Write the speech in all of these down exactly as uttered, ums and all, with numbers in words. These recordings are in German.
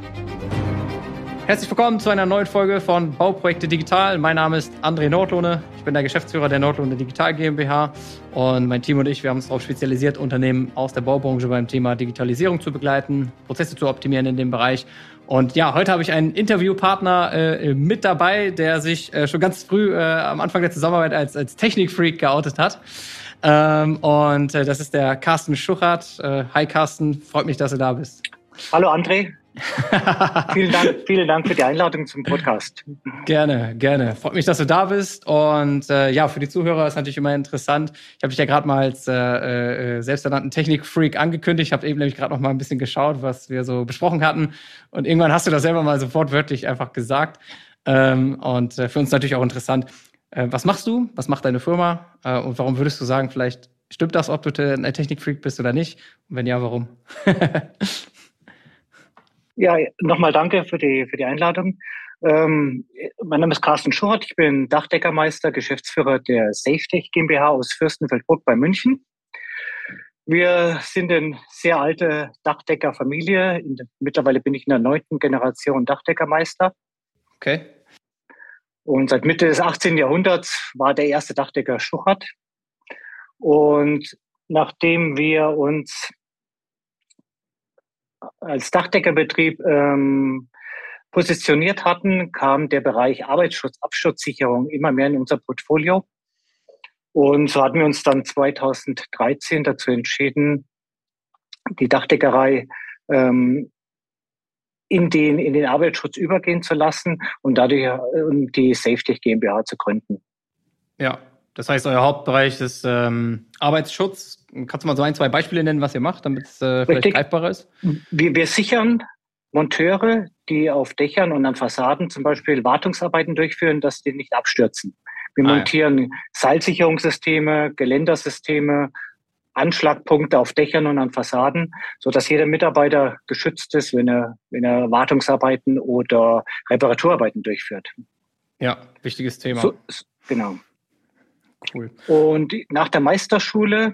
Herzlich willkommen zu einer neuen Folge von Bauprojekte Digital. Mein Name ist André Nordlohne. Ich bin der Geschäftsführer der Nordlohne Digital GmbH. Und mein Team und ich, wir haben uns darauf spezialisiert, Unternehmen aus der Baubranche beim Thema Digitalisierung zu begleiten, Prozesse zu optimieren in dem Bereich. Und ja, heute habe ich einen Interviewpartner äh, mit dabei, der sich äh, schon ganz früh äh, am Anfang der Zusammenarbeit als, als Technikfreak geoutet hat. Ähm, und äh, das ist der Carsten Schuchert. Äh, hi Carsten, freut mich, dass du da bist. Hallo André. vielen Dank, vielen Dank für die Einladung zum Podcast. Gerne, gerne. Freut mich, dass du da bist. Und äh, ja, für die Zuhörer ist natürlich immer interessant. Ich habe dich ja gerade mal als äh, äh, selbsternannten Technikfreak angekündigt. Ich habe eben nämlich gerade noch mal ein bisschen geschaut, was wir so besprochen hatten. Und irgendwann hast du das selber mal sofort wörtlich einfach gesagt. Ähm, und äh, für uns natürlich auch interessant. Äh, was machst du? Was macht deine Firma? Äh, und warum würdest du sagen, vielleicht stimmt das, ob du ein Technikfreak bist oder nicht? Und wenn ja, warum? Ja, nochmal danke für die, für die Einladung. Ähm, mein Name ist Carsten Schuchert, ich bin Dachdeckermeister, Geschäftsführer der SafeTech GmbH aus Fürstenfeldbruck bei München. Wir sind eine sehr alte Dachdeckerfamilie. In, mittlerweile bin ich in der neunten Generation Dachdeckermeister. Okay. Und seit Mitte des achtzehnten Jahrhunderts war der erste Dachdecker Schuchert. Und nachdem wir uns als Dachdeckerbetrieb ähm, positioniert hatten, kam der Bereich Arbeitsschutz, Absturzsicherung immer mehr in unser Portfolio. Und so hatten wir uns dann zweitausenddreizehn dazu entschieden, die Dachdeckerei ähm, in den, in den Arbeitsschutz übergehen zu lassen und dadurch äh, die SafeTech GmbH zu gründen. Ja, das heißt, euer Hauptbereich ist ähm, Arbeitsschutz. Kannst du mal so ein, zwei Beispiele nennen, was ihr macht, damit es äh, vielleicht Richtig. greifbarer ist? Wir, wir sichern Monteure, die auf Dächern und an Fassaden zum Beispiel Wartungsarbeiten durchführen, dass die nicht abstürzen. Wir Ah, montieren ja. Seilsicherungssysteme, Geländersysteme, Anschlagpunkte auf Dächern und an Fassaden, so dass jeder Mitarbeiter geschützt ist, wenn er, wenn er Wartungsarbeiten oder Reparaturarbeiten durchführt. Ja, wichtiges Thema. So, genau. Cool. Und nach der Meisterschule,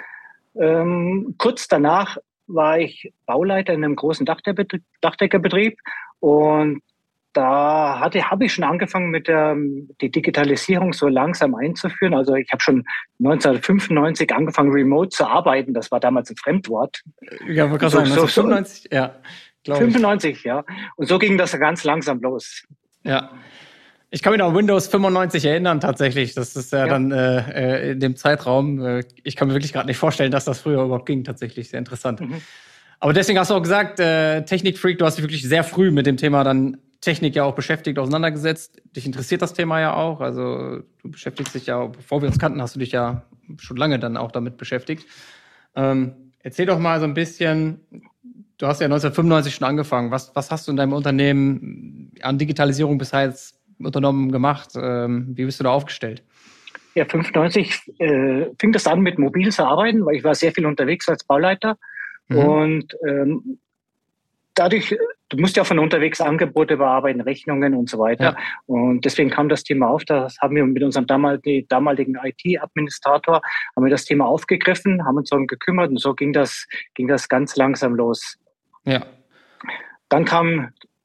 ähm, kurz danach, war ich Bauleiter in einem großen Dachdeckerbetrieb, Dachdeckerbetrieb und da hatte, habe ich schon angefangen, mit der die Digitalisierung so langsam einzuführen. Also ich habe schon neunzehnhundertfünfundneunzig angefangen, remote zu arbeiten. Das war damals ein Fremdwort. Ja, wollte gerade sagen, so, so, neunzehnhundertfünfundneunzig, ja. fünfundneunzig, ich. ja. Und so ging das ganz langsam los. Ja. Ich kann mich noch an Windows fünfundneunzig erinnern, tatsächlich. Das ist ja, ja. dann äh, in dem Zeitraum. Äh, ich kann mir wirklich gerade nicht vorstellen, dass das früher überhaupt ging. Tatsächlich sehr interessant. Mhm. Aber deswegen hast du auch gesagt, äh, Technikfreak, du hast dich wirklich sehr früh mit dem Thema dann Technik ja auch beschäftigt, auseinandergesetzt. Dich interessiert das Thema ja auch. Also du beschäftigst dich ja, bevor wir uns kannten, hast du dich ja schon lange dann auch damit beschäftigt. Ähm, erzähl doch mal so ein bisschen, du hast ja neunzehnhundertfünfundneunzig schon angefangen. Was, was hast du in deinem Unternehmen an Digitalisierung bisher jetzt unternommen gemacht? Ähm, wie bist du da aufgestellt? Ja, fünfundneunzig äh, fing das an mit mobil zu arbeiten, weil ich war sehr viel unterwegs als Bauleiter. Mhm. Und ähm, dadurch, du musst ja von unterwegs Angebote bearbeiten, Rechnungen und so weiter. Ja. Und deswegen kam das Thema auf. Das haben wir mit unserem damaligen, damaligen I T-Administrator haben wir das Thema aufgegriffen, haben uns darum gekümmert und so ging das, ging das ganz langsam los. Ja. Dann kam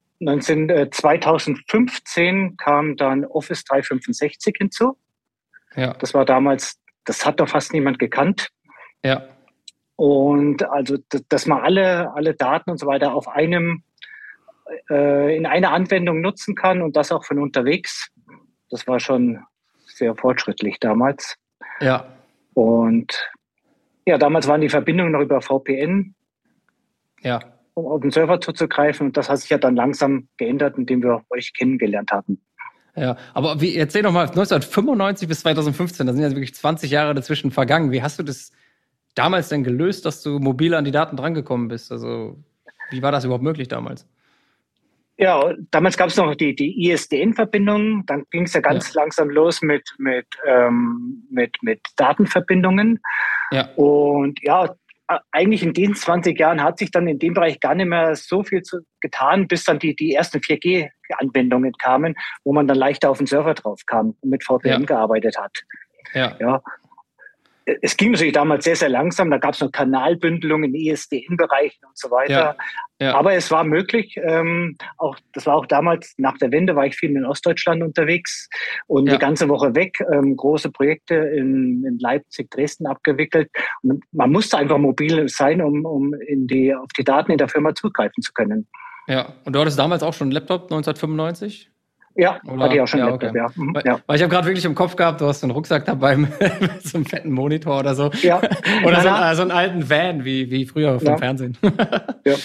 zweitausendfünfzehn kam dann Office dreihundertfünfundsechzig hinzu. Ja. Das war damals, das hat doch fast niemand gekannt. Ja. Und also, dass man alle, alle Daten und so weiter auf einem, äh, in einer Anwendung nutzen kann und das auch von unterwegs. Das war schon sehr fortschrittlich damals. Ja. Und ja, damals waren die Verbindungen noch über V P N. Ja. Um auf den Server zuzugreifen. Und das hat sich ja dann langsam geändert, indem wir euch kennengelernt hatten. Ja, aber wie, erzähl doch mal, neunzehnhundertfünfundneunzig bis zweitausendfünfzehn, da sind ja wirklich zwanzig Jahre dazwischen vergangen. Wie hast du das damals denn gelöst, dass du mobil an die Daten drangekommen bist? Also, wie war das überhaupt möglich damals? Ja, damals gab es noch die, die I S D N-Verbindung. Dann ging es ja ganz ja. langsam los mit, mit, ähm, mit, mit Datenverbindungen. Ja. Und ja, eigentlich in diesen zwanzig Jahren hat sich dann in dem Bereich gar nicht mehr so viel zu, getan, bis dann die, die ersten vier G Anwendungen kamen, wo man dann leichter auf den Server drauf kam und mit V P N ja. gearbeitet hat. Ja. ja. Es ging natürlich damals sehr, sehr langsam. Da gab es noch Kanalbündelungen in I S D N-Bereichen und so weiter. Ja, ja. Aber es war möglich. Ähm, auch, das war auch damals, nach der Wende war ich viel in Ostdeutschland unterwegs und Ja. die ganze Woche weg. Ähm, große Projekte in, in Leipzig, Dresden abgewickelt. Und man musste einfach mobil sein, um, um in die, auf die Daten in der Firma zugreifen zu können. Ja, und du hattest damals auch schon einen Laptop, neunzehnhundertfünfundneunzig? Ja, Oder? hatte ich auch schon Ja, Laptop, okay. ja. Mhm, Weil, ja. weil ich habe gerade wirklich im Kopf gehabt, du hast einen Rucksack dabei mit so einem fetten Monitor oder so. Ja. Oder so, Na, äh, so einen alten Van, wie, wie früher vom Ja. Fernsehen. Ja.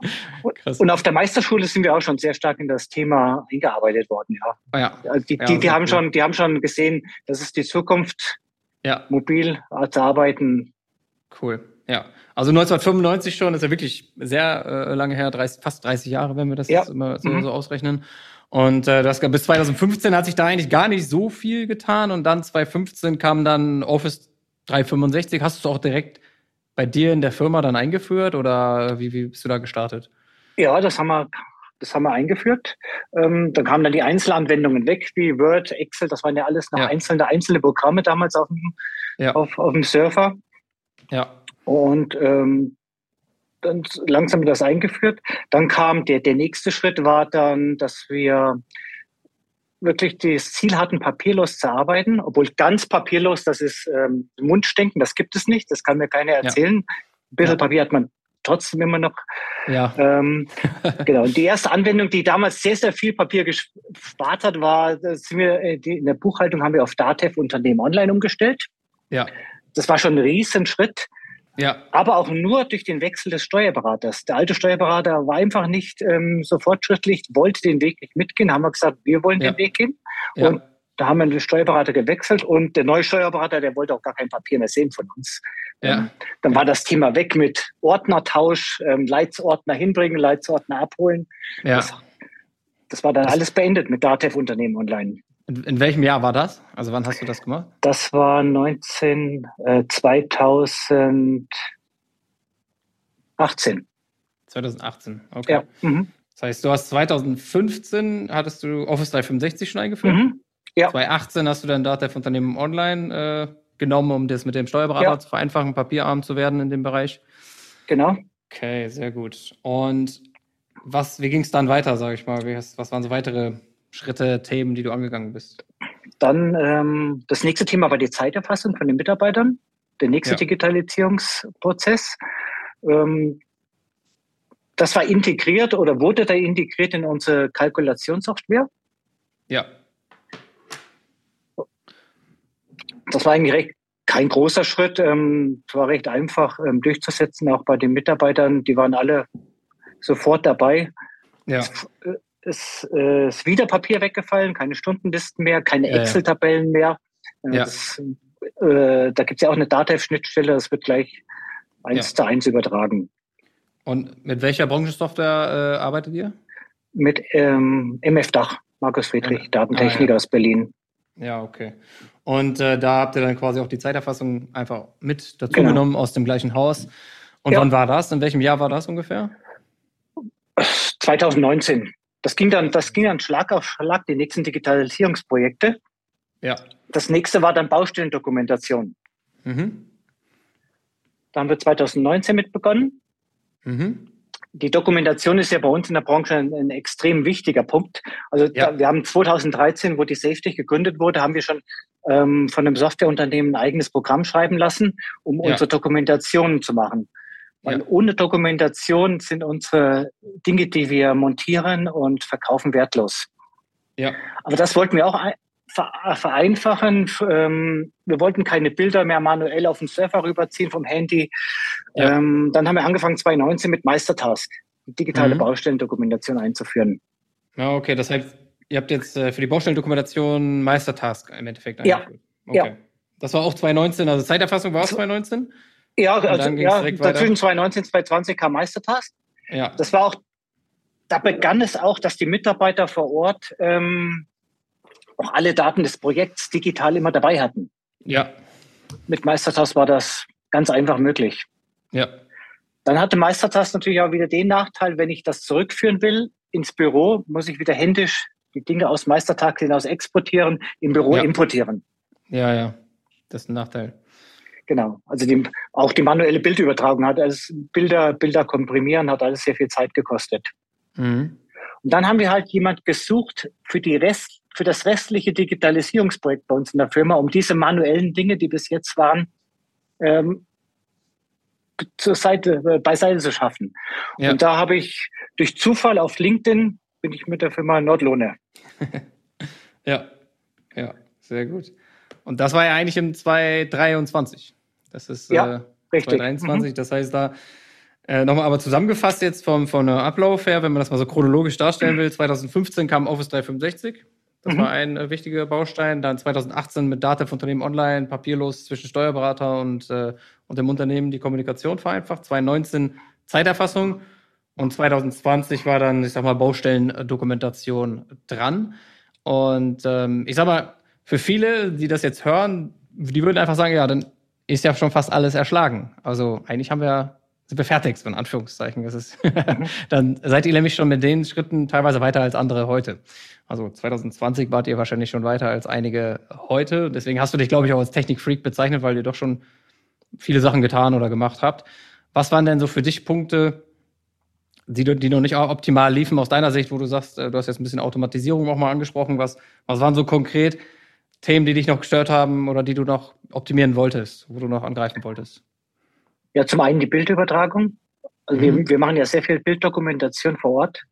Krass. Und auf der Meisterschule sind wir auch schon sehr stark in das Thema eingearbeitet worden, ja. Oh ja. Also die, Ja, die, die sehr haben cool. schon, die haben schon gesehen, das ist die Zukunft, Ja, mobil zu arbeiten. cool. Ja, also neunzehnhundertfünfundneunzig schon, ist ja wirklich sehr äh, lange her, dreißig, fast dreißig Jahre, wenn wir das Ja. jetzt immer so, Mhm. so ausrechnen. Und äh, das, bis zweitausendfünfzehn hat sich da eigentlich gar nicht so viel getan. Und dann zweitausendfünfzehn kam dann Office dreihundertfünfundsechzig. Hast du es auch direkt bei dir in der Firma dann eingeführt oder wie, wie bist du da gestartet? Ja, das haben wir, das haben wir eingeführt. Ähm, dann kamen dann die Einzelanwendungen weg, wie Word, Excel, das waren ja alles noch Ja. einzelne, einzelne Programme damals auf dem, Ja. auf, auf dem Server. Ja. Und ähm, dann langsam das eingeführt. Dann kam der, der nächste Schritt war dann, dass wir wirklich das Ziel hatten, papierlos zu arbeiten, obwohl ganz papierlos, das ist ähm, Wunschdenken, das gibt es nicht, das kann mir keiner erzählen. Ein bisschen Ja. Papier hat man trotzdem immer noch. Ja. Ähm, genau. Und die erste Anwendung, die damals sehr, sehr viel Papier gespart hat, war, dass wir die, in der Buchhaltung haben wir auf Datev Unternehmen online umgestellt. Ja. Das war schon ein Riesenschritt. Ja. Aber auch nur durch den Wechsel des Steuerberaters. Der alte Steuerberater war einfach nicht ähm, so fortschrittlich, wollte den Weg nicht mitgehen. Haben wir gesagt, wir wollen Ja. den Weg gehen. Ja. Und da haben wir den Steuerberater gewechselt und der neue Steuerberater, der wollte auch gar kein Papier mehr sehen von uns. Ja. Ähm, dann war das Thema weg mit Ordnertausch, ähm, Leitsordner hinbringen, Leitsordner abholen. Ja. Das, das war dann Das- alles beendet mit Datev Unternehmen online. In, in welchem Jahr war das? Also wann hast du das gemacht? Das war neunzehn, äh, zweitausendachtzehn. zweitausendachtzehn, okay. Ja. Mhm. Das heißt, du hast zweitausendfünfzehn hattest du Office dreihundertfünfundsechzig schon eingeführt. Mhm. Ja. zweitausendachtzehn hast du dann Datev Unternehmen online äh, genommen, um das mit dem Steuerberater Ja. zu vereinfachen, papierarm zu werden in dem Bereich. Genau. Okay, sehr gut. Und was, wie ging es dann weiter, sage ich mal? Wie hast, was waren so weitere Schritte, Themen, die du angegangen bist? Dann ähm, das nächste Thema war die Zeiterfassung von den Mitarbeitern, der nächste Ja. Digitalisierungsprozess. Ähm, das war integriert oder wurde da integriert in unsere Kalkulationssoftware. Ja. Das war eigentlich recht, kein großer Schritt. Ähm, es war recht einfach ähm, durchzusetzen, auch bei den Mitarbeitern. Die waren alle sofort dabei. Ja. Es, es äh, ist wieder Papier weggefallen, keine Stundenlisten mehr, keine Ja, ja. Excel-Tabellen mehr. Äh, Ja. Das, äh, da gibt es ja auch eine Datev-Schnittstelle, das wird gleich eins Ja. zu eins übertragen. Und mit welcher Branchensoftware äh, arbeitet ihr? Mit ähm, M F Dach, Markus Friedrich, Ah, Datentechniker ja. aus Berlin. Ja, okay. Und äh, da habt ihr dann quasi auch die Zeiterfassung einfach mit dazu Genau. genommen aus dem gleichen Haus. Und Ja. wann war das? In welchem Jahr war das ungefähr? zweitausendneunzehn. Das ging dann, das ging dann Schlag auf Schlag, die nächsten Digitalisierungsprojekte. Ja. Das nächste war dann Baustellendokumentation. Mhm. Da haben wir zweitausendneunzehn mit begonnen. Mhm. Die Dokumentation ist ja bei uns in der Branche ein, ein extrem wichtiger Punkt. Also Ja. da, wir haben zweitausenddreizehn, wo die Safety gegründet wurde, haben wir schon ähm, von einem Softwareunternehmen ein eigenes Programm schreiben lassen, um Ja. unsere Dokumentationen zu machen. Weil Ja. ohne Dokumentation sind unsere Dinge, die wir montieren und verkaufen, wertlos. Ja. Aber das wollten wir auch ein- ver- vereinfachen. F- ähm, Wir wollten keine Bilder mehr manuell auf den Server rüberziehen vom Handy. Ja. Ähm, dann haben wir angefangen zweitausendneunzehn mit Meistertask, die digitale Mhm. Baustellendokumentation einzuführen. Ja, okay. Das heißt, ihr habt jetzt äh, für die Baustellendokumentation Meistertask im Endeffekt Ja. eingeführt. Okay. Ja. Das war auch zweitausendneunzehn, also Zeiterfassung war es zweitausendneunzehn? Ja, dann also ging's ja, direkt weiter? dazwischen zweitausendneunzehn, zweitausendzwanzig kam Meistertask. Ja. Das war auch, da begann es auch, dass die Mitarbeiter vor Ort ähm, auch alle Daten des Projekts digital immer dabei hatten. Ja. Mit Meistertask war das ganz einfach möglich. Ja. Dann hatte Meistertask natürlich auch wieder den Nachteil, wenn ich das zurückführen will ins Büro, muss ich wieder händisch die Dinge aus Meistertask hinaus exportieren, im Büro Ja. importieren. Ja, ja. Das ist ein Nachteil. Genau. Also die, auch die manuelle Bildübertragung hat alles, Bilder, Bilder komprimieren, hat alles sehr viel Zeit gekostet. Mhm. Und dann haben wir halt jemand gesucht für die Rest, für das restliche Digitalisierungsprojekt bei uns in der Firma, um diese manuellen Dinge, die bis jetzt waren, ähm, zur Seite, äh, beiseite zu schaffen. Ja. Und da habe ich durch Zufall auf LinkedIn bin ich mit der Firma Nordlohne. Ja, ja, sehr gut. Und das war ja eigentlich im zwanzig dreiundzwanzig. Das ist ja, äh, richtig. zwanzig dreiundzwanzig. Mhm. Das heißt, da äh, nochmal aber zusammengefasst jetzt vom, von der Ablauf her, wenn man das mal so chronologisch darstellen will, zwanzig fünfzehn kam Office dreihundertfünfundsechzig. Das mhm. war ein äh, wichtiger Baustein. Dann zwanzig achtzehn mit Datev Unternehmen online, papierlos zwischen Steuerberater und, äh, und dem Unternehmen die Kommunikation vereinfacht. zwanzig neunzehn Zeiterfassung. Und zwanzig zwanzig war dann, ich sag mal, Baustellendokumentation dran. Und ähm, ich sag mal, für viele, die das jetzt hören, die würden einfach sagen, ja, dann ist ja schon fast alles erschlagen. Also eigentlich haben wir, sind wir fertig, so in Anführungszeichen. Das ist mhm. Dann seid ihr nämlich schon mit den Schritten teilweise weiter als andere heute. Also zwanzig zwanzig wart ihr wahrscheinlich schon weiter als einige heute. Deswegen hast du dich, glaube ich, auch als Technikfreak bezeichnet, weil ihr doch schon viele Sachen getan oder gemacht habt. Was waren denn so für dich Punkte, die, die noch nicht optimal liefen aus deiner Sicht, wo du sagst, du hast jetzt ein bisschen Automatisierung auch mal angesprochen. Was, was waren so konkret Themen, die dich noch gestört haben oder die du noch optimieren wolltest, wo du noch angreifen wolltest? Ja, zum einen die Bildübertragung. Also mhm. wir, wir machen ja sehr viel Bilddokumentation vor Ort.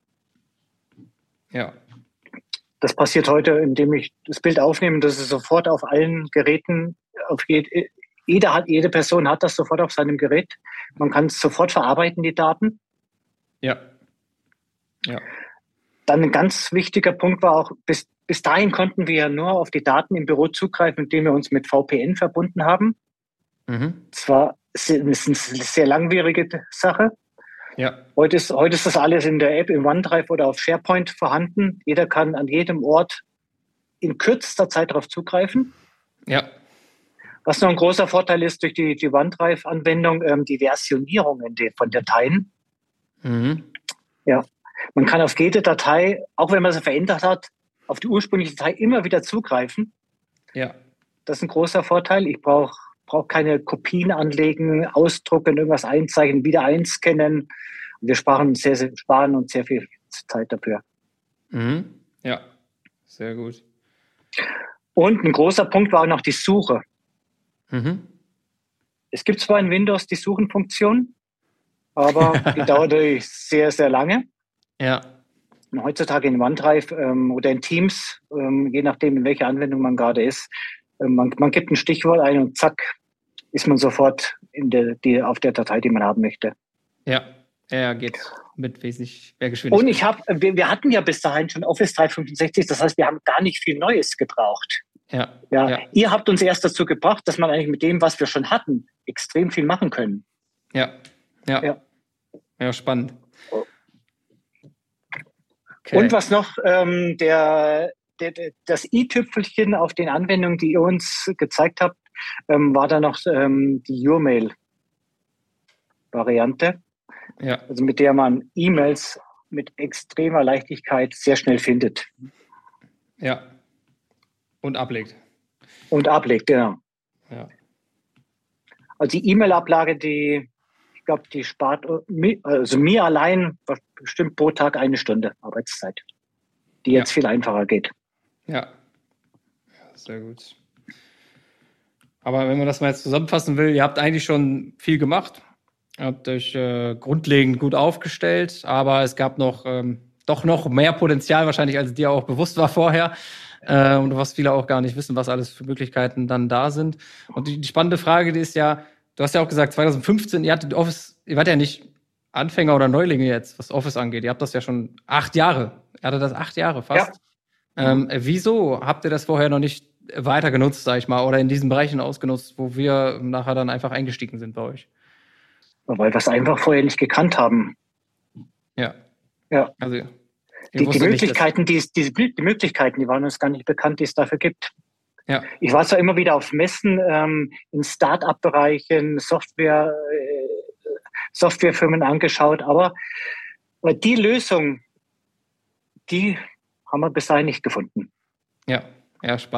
Ja. Das passiert heute, indem ich das Bild aufnehme und das ist sofort auf allen Geräten, auf jede, jede, hat, jede Person hat das sofort auf seinem Gerät. Man kann es sofort verarbeiten, die Daten. Ja. Ja. Dann ein ganz wichtiger Punkt war auch, bis, bis dahin konnten wir ja nur auf die Daten im Büro zugreifen, indem wir uns mit V P N verbunden haben. Mhm. Zwar ist es eine sehr langwierige Sache. Ja. Heute ist, heute ist das alles in der App, im OneDrive oder auf SharePoint vorhanden. Jeder kann an jedem Ort in kürzester Zeit darauf zugreifen. Ja. Was noch ein großer Vorteil ist durch die, die OneDrive-Anwendung, ähm, die Versionierungen von Dateien. Mhm. Ja, man kann auf jede Datei, auch wenn man sie verändert hat, auf die ursprüngliche Datei immer wieder zugreifen. Ja. Das ist ein großer Vorteil. Ich brauche brauch keine Kopien anlegen, ausdrucken, irgendwas einzeichnen, wieder einscannen. Wir sparen, sehr, sehr, sparen uns sehr viel Zeit dafür. Mhm. Ja, sehr gut. Und ein großer Punkt war auch noch die Suche. Mhm. Es gibt zwar in Windows die Suchenfunktion, aber die dauert natürlich sehr, sehr lange. Ja. Und heutzutage in OneDrive ähm, oder in Teams, ähm, je nachdem, in welcher Anwendung man gerade ist, ähm, man, man gibt ein Stichwort ein und zack, ist man sofort in der, die, auf der Datei, die man haben möchte. Ja, ja, geht mit wesentlich mehr Geschwindigkeit. Und ich habe, wir, wir hatten ja bis dahin schon Office dreihundertfünfundsechzig, das heißt, wir haben gar nicht viel Neues gebraucht. Ja, ja, ja. Ihr habt uns erst dazu gebracht, dass man eigentlich mit dem, was wir schon hatten, extrem viel machen können. Ja, ja. Ja, ja spannend. Okay. Und was noch, ähm, der, der, das i-Tüpfelchen auf den Anwendungen, die ihr uns gezeigt habt, ähm, war da noch ähm, die Your-Mail-Variante. Ja. Also mit der man E-Mails mit extremer Leichtigkeit sehr schnell findet. Ja. Und ablegt. Und ablegt, genau. Ja. Also die E-Mail-Ablage, die, ich glaube, die spart also mir allein bestimmt pro Tag eine Stunde Arbeitszeit, die jetzt ja. viel einfacher geht. Ja. Ja, sehr gut. Aber wenn man das mal jetzt zusammenfassen will, ihr habt eigentlich schon viel gemacht. Ihr habt euch äh, grundlegend gut aufgestellt, aber es gab noch ähm, doch noch mehr Potenzial wahrscheinlich, als dir auch bewusst war vorher. Äh, und was viele auch gar nicht wissen, was alles für Möglichkeiten dann da sind. Und die, die spannende Frage, die ist ja, du hast ja auch gesagt, zwanzig fünfzehn, ihr hattet Office, ihr wart ja nicht Anfänger oder Neulinge jetzt, was Office angeht. Ihr habt das ja schon acht Jahre. Ihr hattet das acht Jahre fast. Ja. Ähm, wieso habt ihr das vorher noch nicht weiter genutzt, sag ich mal, oder in diesen Bereichen ausgenutzt, wo wir nachher dann einfach eingestiegen sind bei euch? Weil wir es einfach vorher nicht gekannt haben. Ja. Ja. Also, die, die Möglichkeiten, die, die, die Möglichkeiten, die waren uns gar nicht bekannt, die es dafür gibt. Ja. Ich war zwar immer wieder auf Messen, ähm, in Start-up-Bereichen, Software, äh, Softwarefirmen angeschaut, aber die Lösung, die haben wir bis dahin nicht gefunden. Ja, ja, spannend.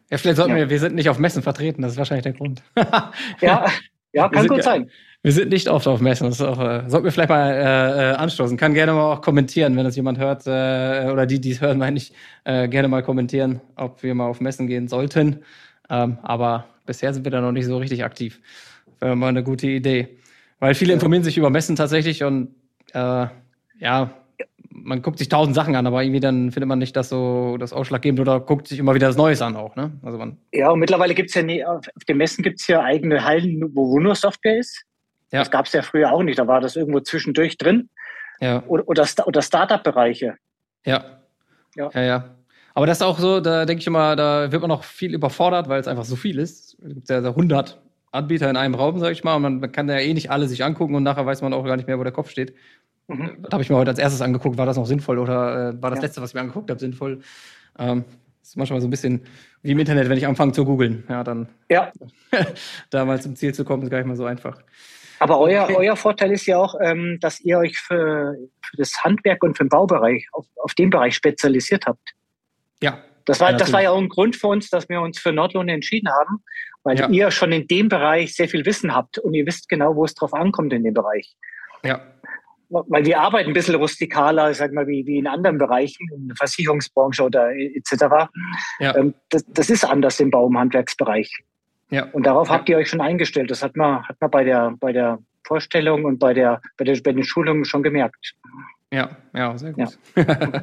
Ja, vielleicht sollten Ja. wir, wir sind nicht auf Messen vertreten, das ist wahrscheinlich der Grund. Ja, ja, kann gut ja, sein. Wir sind nicht oft auf Messen, das ist auch, äh, sollten wir vielleicht mal äh, anstoßen. Kann gerne mal auch kommentieren, wenn das jemand hört, äh, oder die, die es hören, meine ich, äh, gerne mal kommentieren, ob wir mal auf Messen gehen sollten. Ähm, aber bisher sind wir da noch nicht so richtig aktiv. Wäre mal eine gute Idee. Weil viele informieren sich über Messen tatsächlich und äh, ja, man guckt sich tausend Sachen an, aber irgendwie dann findet man nicht das so das ausschlaggebend oder guckt sich immer wieder das Neues an auch, ne? Also man Ja, und mittlerweile gibt's ja nie, auf den Messen gibt's ja eigene Hallen, wo nur Software ist. Ja. Das gab's ja früher auch nicht, da war das irgendwo zwischendurch drin. Ja. Oder, oder, oder Startup-Bereiche. Ja. Ja. Ja, ja. Aber das ist auch so, da denke ich immer, da wird man noch viel überfordert, weil es einfach so viel ist. Es gibt ja hundert Anbieter in einem Raum, sag ich mal, und man kann ja eh nicht alle sich angucken und nachher weiß man auch gar nicht mehr, wo der Kopf steht. Mhm. Das habe ich mir heute als erstes angeguckt. War das noch sinnvoll oder äh, war das ja. letzte, was ich mir angeguckt habe, sinnvoll? Ähm, das ist manchmal so ein bisschen wie im Internet, wenn ich anfange zu googeln. Ja, dann ja. da mal zum Ziel zu kommen, ist gar nicht mal so einfach. Aber euer, okay. euer Vorteil ist ja auch, ähm, dass ihr euch für, für das Handwerk und für den Baubereich auf, auf den Bereich spezialisiert habt. Ja. Das war, ja, das war ja auch ein Grund für uns, dass wir uns für Nordlohn entschieden haben, weil ja. ihr schon in dem Bereich sehr viel Wissen habt und ihr wisst genau, wo es drauf ankommt in dem Bereich. Ja. Weil wir arbeiten ein bisschen rustikaler, sag mal, wie, wie in anderen Bereichen, in der Versicherungsbranche oder et cetera. Ja. Ähm, das, das ist anders im Bau- und Handwerksbereich. Ja. Und darauf ja. habt ihr euch schon eingestellt. Das hat man, hat man bei der, bei der Vorstellung und bei der, bei der, bei den Schulungen schon gemerkt. Ja, ja, sehr gut. Ja.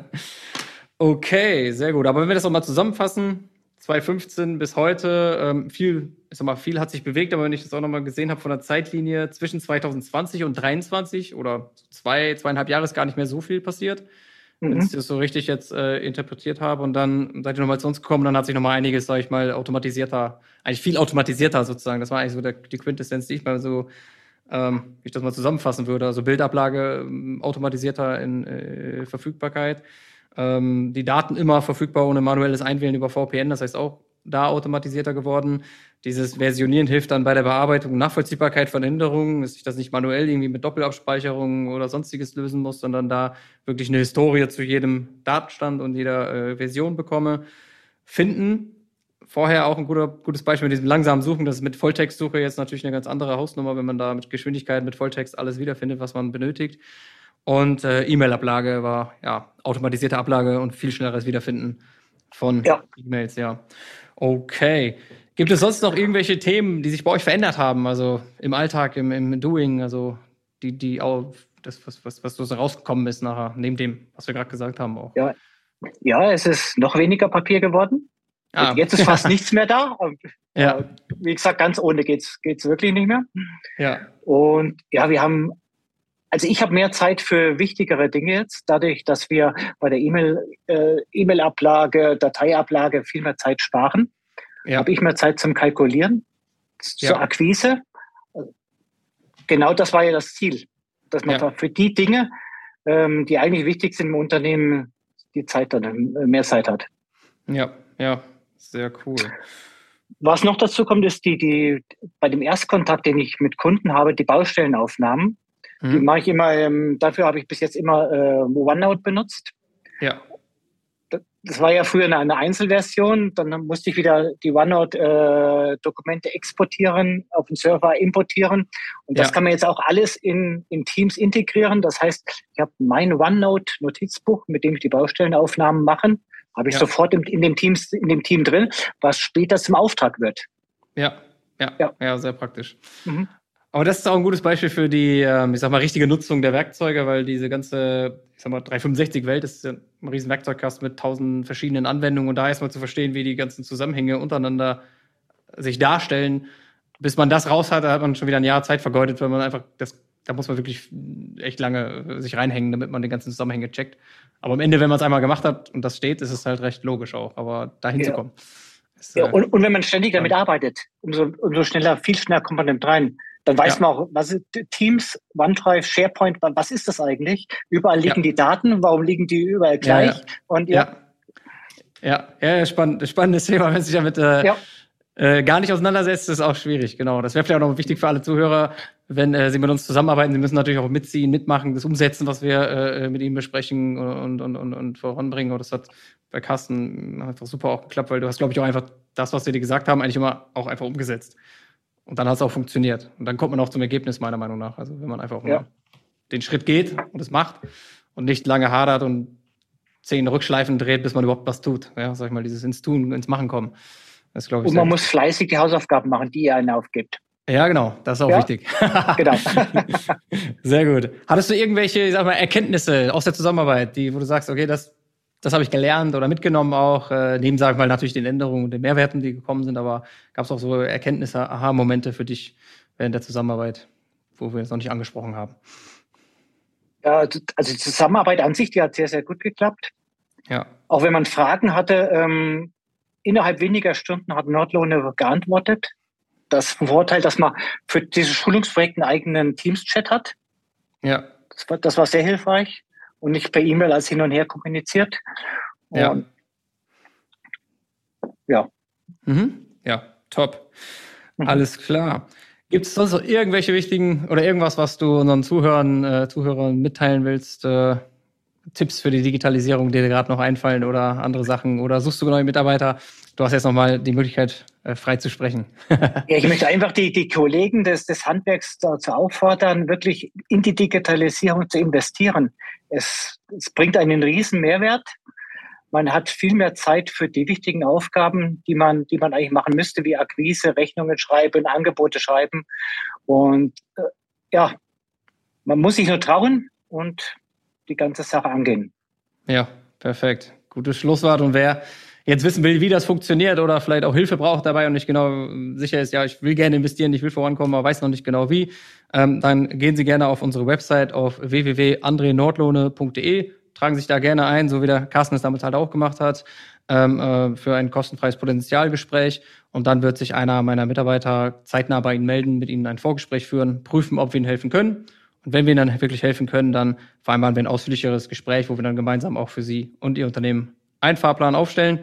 Okay, sehr gut. Aber wenn wir das nochmal zusammenfassen, zwanzig fünfzehn bis heute, ähm, viel, ich sag mal, viel hat sich bewegt, aber wenn ich das auch nochmal gesehen habe von der Zeitlinie, zwischen zwanzig zwanzig und dreiundzwanzig oder zwei, zweieinhalb Jahre ist gar nicht mehr so viel passiert, mhm. wenn ich das so richtig jetzt äh, interpretiert habe. Und dann seid ihr nochmal zu uns gekommen, dann hat sich nochmal einiges, sag ich mal, automatisierter, eigentlich viel automatisierter sozusagen. Das war eigentlich so der, die Quintessenz, die ich mal so, ähm, wie ich das mal zusammenfassen würde. Also Bildablage ähm, automatisierter in äh, Verfügbarkeit. Die Daten immer verfügbar ohne manuelles Einwählen über V P N, das heißt auch da automatisierter geworden. Dieses Versionieren hilft dann bei der Bearbeitung und Nachvollziehbarkeit von Änderungen, dass ich das nicht manuell irgendwie mit Doppelabspeicherung oder sonstiges lösen muss, sondern da wirklich eine Historie zu jedem Datenstand und jeder äh, Version bekomme. Finden, vorher auch ein guter, gutes Beispiel mit diesem langsamen Suchen, das ist mit Volltextsuche jetzt natürlich eine ganz andere Hausnummer, wenn man da mit Geschwindigkeit, mit Volltext alles wiederfindet, was man benötigt. Und äh, E-Mail-Ablage war ja automatisierte Ablage und viel schnelleres Wiederfinden von ja. E-Mails, ja. Okay. Gibt es sonst noch irgendwelche Themen, die sich bei euch verändert haben, also im Alltag, im, im Doing, also die, die auch das, was, was, was so rausgekommen ist nachher, neben dem, was wir gerade gesagt haben auch? Ja. ja, es ist noch weniger Papier geworden. Ah. Jetzt ist fast nichts mehr da. Ja. Wie gesagt, ganz ohne geht's geht's wirklich nicht mehr. Ja. Und ja, wir haben Also ich habe mehr Zeit für wichtigere Dinge jetzt, dadurch, dass wir bei der E-Mail, äh, E-Mail-Ablage, Dateiablage viel mehr Zeit sparen. Ja. Habe ich mehr Zeit zum Kalkulieren, zur ja. Akquise. Genau das war ja das Ziel, dass man ja. für die Dinge, ähm, die eigentlich wichtig sind im Unternehmen, die Zeit dann mehr Zeit hat. Ja, ja, sehr cool. Was noch dazu kommt, ist die, die bei dem Erstkontakt, den ich mit Kunden habe, die Baustellenaufnahmen. Die mache ich immer, ähm, dafür habe ich bis jetzt immer äh, OneNote benutzt. Ja. Das war ja früher eine, eine Einzelversion. Dann musste ich wieder die OneNote-Dokumente äh, exportieren, auf den Server importieren. Und das ja. kann man jetzt auch alles in, in Teams integrieren. Das heißt, ich habe mein OneNote-Notizbuch, mit dem ich die Baustellenaufnahmen mache, habe ich ja. sofort in, in, dem Teams, in dem Team drin, was später zum Auftrag wird. Ja, ja, ja, ja sehr praktisch. Mhm. Aber das ist auch ein gutes Beispiel für die, ich sag mal, richtige Nutzung der Werkzeuge, weil diese ganze, ich sag mal, dreihundertfünfundsechzig-Welt ist ein riesen Werkzeugkasten mit tausend verschiedenen Anwendungen und da erstmal zu verstehen, wie die ganzen Zusammenhänge untereinander sich darstellen. Bis man das raus hat, da hat man schon wieder ein Jahr Zeit vergeudet, weil man einfach, das, da muss man wirklich echt lange sich reinhängen, damit man die ganzen Zusammenhänge checkt. Aber am Ende, wenn man es einmal gemacht hat und das steht, ist es halt recht logisch auch, aber dahin ja. zu kommen. Ist, ja, und, und wenn man ständig damit arbeitet, umso, umso schneller, viel schneller kommt man damit rein. Dann weiß ja. man auch, was ist Teams, OneDrive, SharePoint, was ist das eigentlich? Überall liegen ja. die Daten, warum liegen die überall gleich? Ja, ja. Und ja. Ja, ja, ja spannend, spannendes Thema, wenn sich damit äh, ja. äh, gar nicht auseinandersetzt, ist auch schwierig, genau. Das wäre vielleicht auch noch wichtig für alle Zuhörer, wenn äh, sie mit uns zusammenarbeiten. Sie müssen natürlich auch mitziehen, mitmachen, das umsetzen, was wir äh, mit ihnen besprechen und, und, und, und voranbringen. Und das hat bei Carsten einfach super auch geklappt, weil du hast, glaube ich, auch einfach das, was wir dir gesagt haben, eigentlich immer auch einfach umgesetzt. Und dann hat es auch funktioniert. Und dann kommt man auch zum Ergebnis, meiner Meinung nach. Also wenn man einfach ja. mal den Schritt geht und es macht und nicht lange hadert und zehn Rückschleifen dreht, bis man überhaupt was tut. Ja, sag ich mal, dieses ins Tun, ins Machen kommen. Das glaube ich. Und man muss fleißig die Hausaufgaben machen, die ihr einen aufgibt. Ja, genau. Das ist auch ja? wichtig. Genau. Sehr gut. Hattest du irgendwelche, ich sag mal, Erkenntnisse aus der Zusammenarbeit, die, wo du sagst, okay, das, das habe ich gelernt oder mitgenommen auch, äh, neben, sag ich mal, natürlich den Änderungen und den Mehrwerten, die gekommen sind, aber gab es auch so Erkenntnisse, Aha-Momente für dich während der Zusammenarbeit, wo wir es noch nicht angesprochen haben? Ja, also die Zusammenarbeit an sich, die hat sehr, sehr gut geklappt. Ja. Auch wenn man Fragen hatte, ähm, innerhalb weniger Stunden hat Nordlohne geantwortet. Das Vorteil, dass man für dieses Schulungsprojekt einen eigenen Teams-Chat hat. Ja. Das war, das war sehr hilfreich und nicht per E-Mail als hin und her kommuniziert. Und ja. Ja. Mhm. Ja, top. Mhm. Alles klar. Gibt es sonst noch irgendwelche wichtigen oder irgendwas, was du unseren Zuhörern, äh, Zuhörern mitteilen willst? Äh, Tipps für die Digitalisierung, die dir gerade noch einfallen oder andere Sachen? Oder suchst du neue Mitarbeiter? Du hast jetzt nochmal die Möglichkeit, äh, frei zu sprechen. Ja, ich möchte einfach die, die Kollegen des, des Handwerks dazu auffordern, wirklich in die Digitalisierung zu investieren. Es, es bringt einen riesen Mehrwert. Man hat viel mehr Zeit für die wichtigen Aufgaben, die man, die man eigentlich machen müsste, wie Akquise, Rechnungen schreiben, Angebote schreiben. Und äh, ja, man muss sich nur trauen und die ganze Sache angehen. Ja, perfekt. Gutes Schlusswort. Und wer jetzt wissen will, wie das funktioniert oder vielleicht auch Hilfe braucht dabei und nicht genau sicher ist, ja, ich will gerne investieren, ich will vorankommen, aber weiß noch nicht genau wie, ähm, dann gehen Sie gerne auf unsere Website auf w w w punkt andre nordlohne punkt d e, tragen sich da gerne ein, so wie der Carsten es damals halt auch gemacht hat, ähm, äh, für ein kostenfreies Potenzialgespräch. Und dann wird sich einer meiner Mitarbeiter zeitnah bei Ihnen melden, mit Ihnen ein Vorgespräch führen, prüfen, ob wir Ihnen helfen können. Und wenn wir Ihnen dann wirklich helfen können, dann vereinbaren wir ein ausführlicheres Gespräch, wo wir dann gemeinsam auch für Sie und Ihr Unternehmen einen Fahrplan aufstellen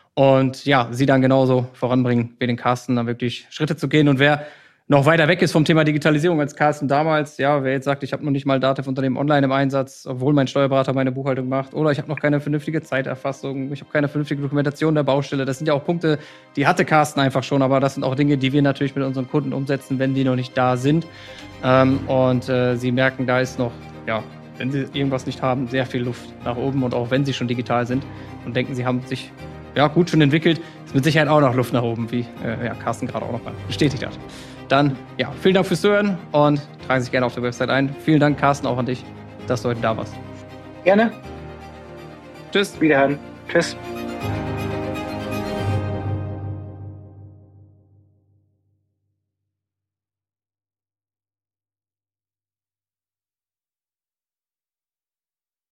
und ja, Sie dann genauso voranbringen, wie den Carsten, dann wirklich Schritte zu gehen. Und wer noch weiter weg ist vom Thema Digitalisierung als Carsten damals, ja, wer jetzt sagt, ich habe noch nicht mal Datev-Unternehmen online im Einsatz, obwohl mein Steuerberater meine Buchhaltung macht, oder ich habe noch keine vernünftige Zeiterfassung, ich habe keine vernünftige Dokumentation der Baustelle. Das sind ja auch Punkte, die hatte Carsten einfach schon, aber das sind auch Dinge, die wir natürlich mit unseren Kunden umsetzen, wenn die noch nicht da sind. Ähm, und äh, sie merken, da ist noch, ja, wenn sie irgendwas nicht haben, sehr viel Luft nach oben. Und auch wenn sie schon digital sind und denken, sie haben sich ja gut schon entwickelt, ist mit Sicherheit auch noch Luft nach oben, wie äh, ja, Carsten gerade auch noch mal bestätigt hat. Dann, ja, vielen Dank fürs Zuhören und tragen Sie sich gerne auf der Website ein. Vielen Dank, Carsten, auch an dich, dass du heute da warst. Gerne. Tschüss. Wiederhören. Tschüss.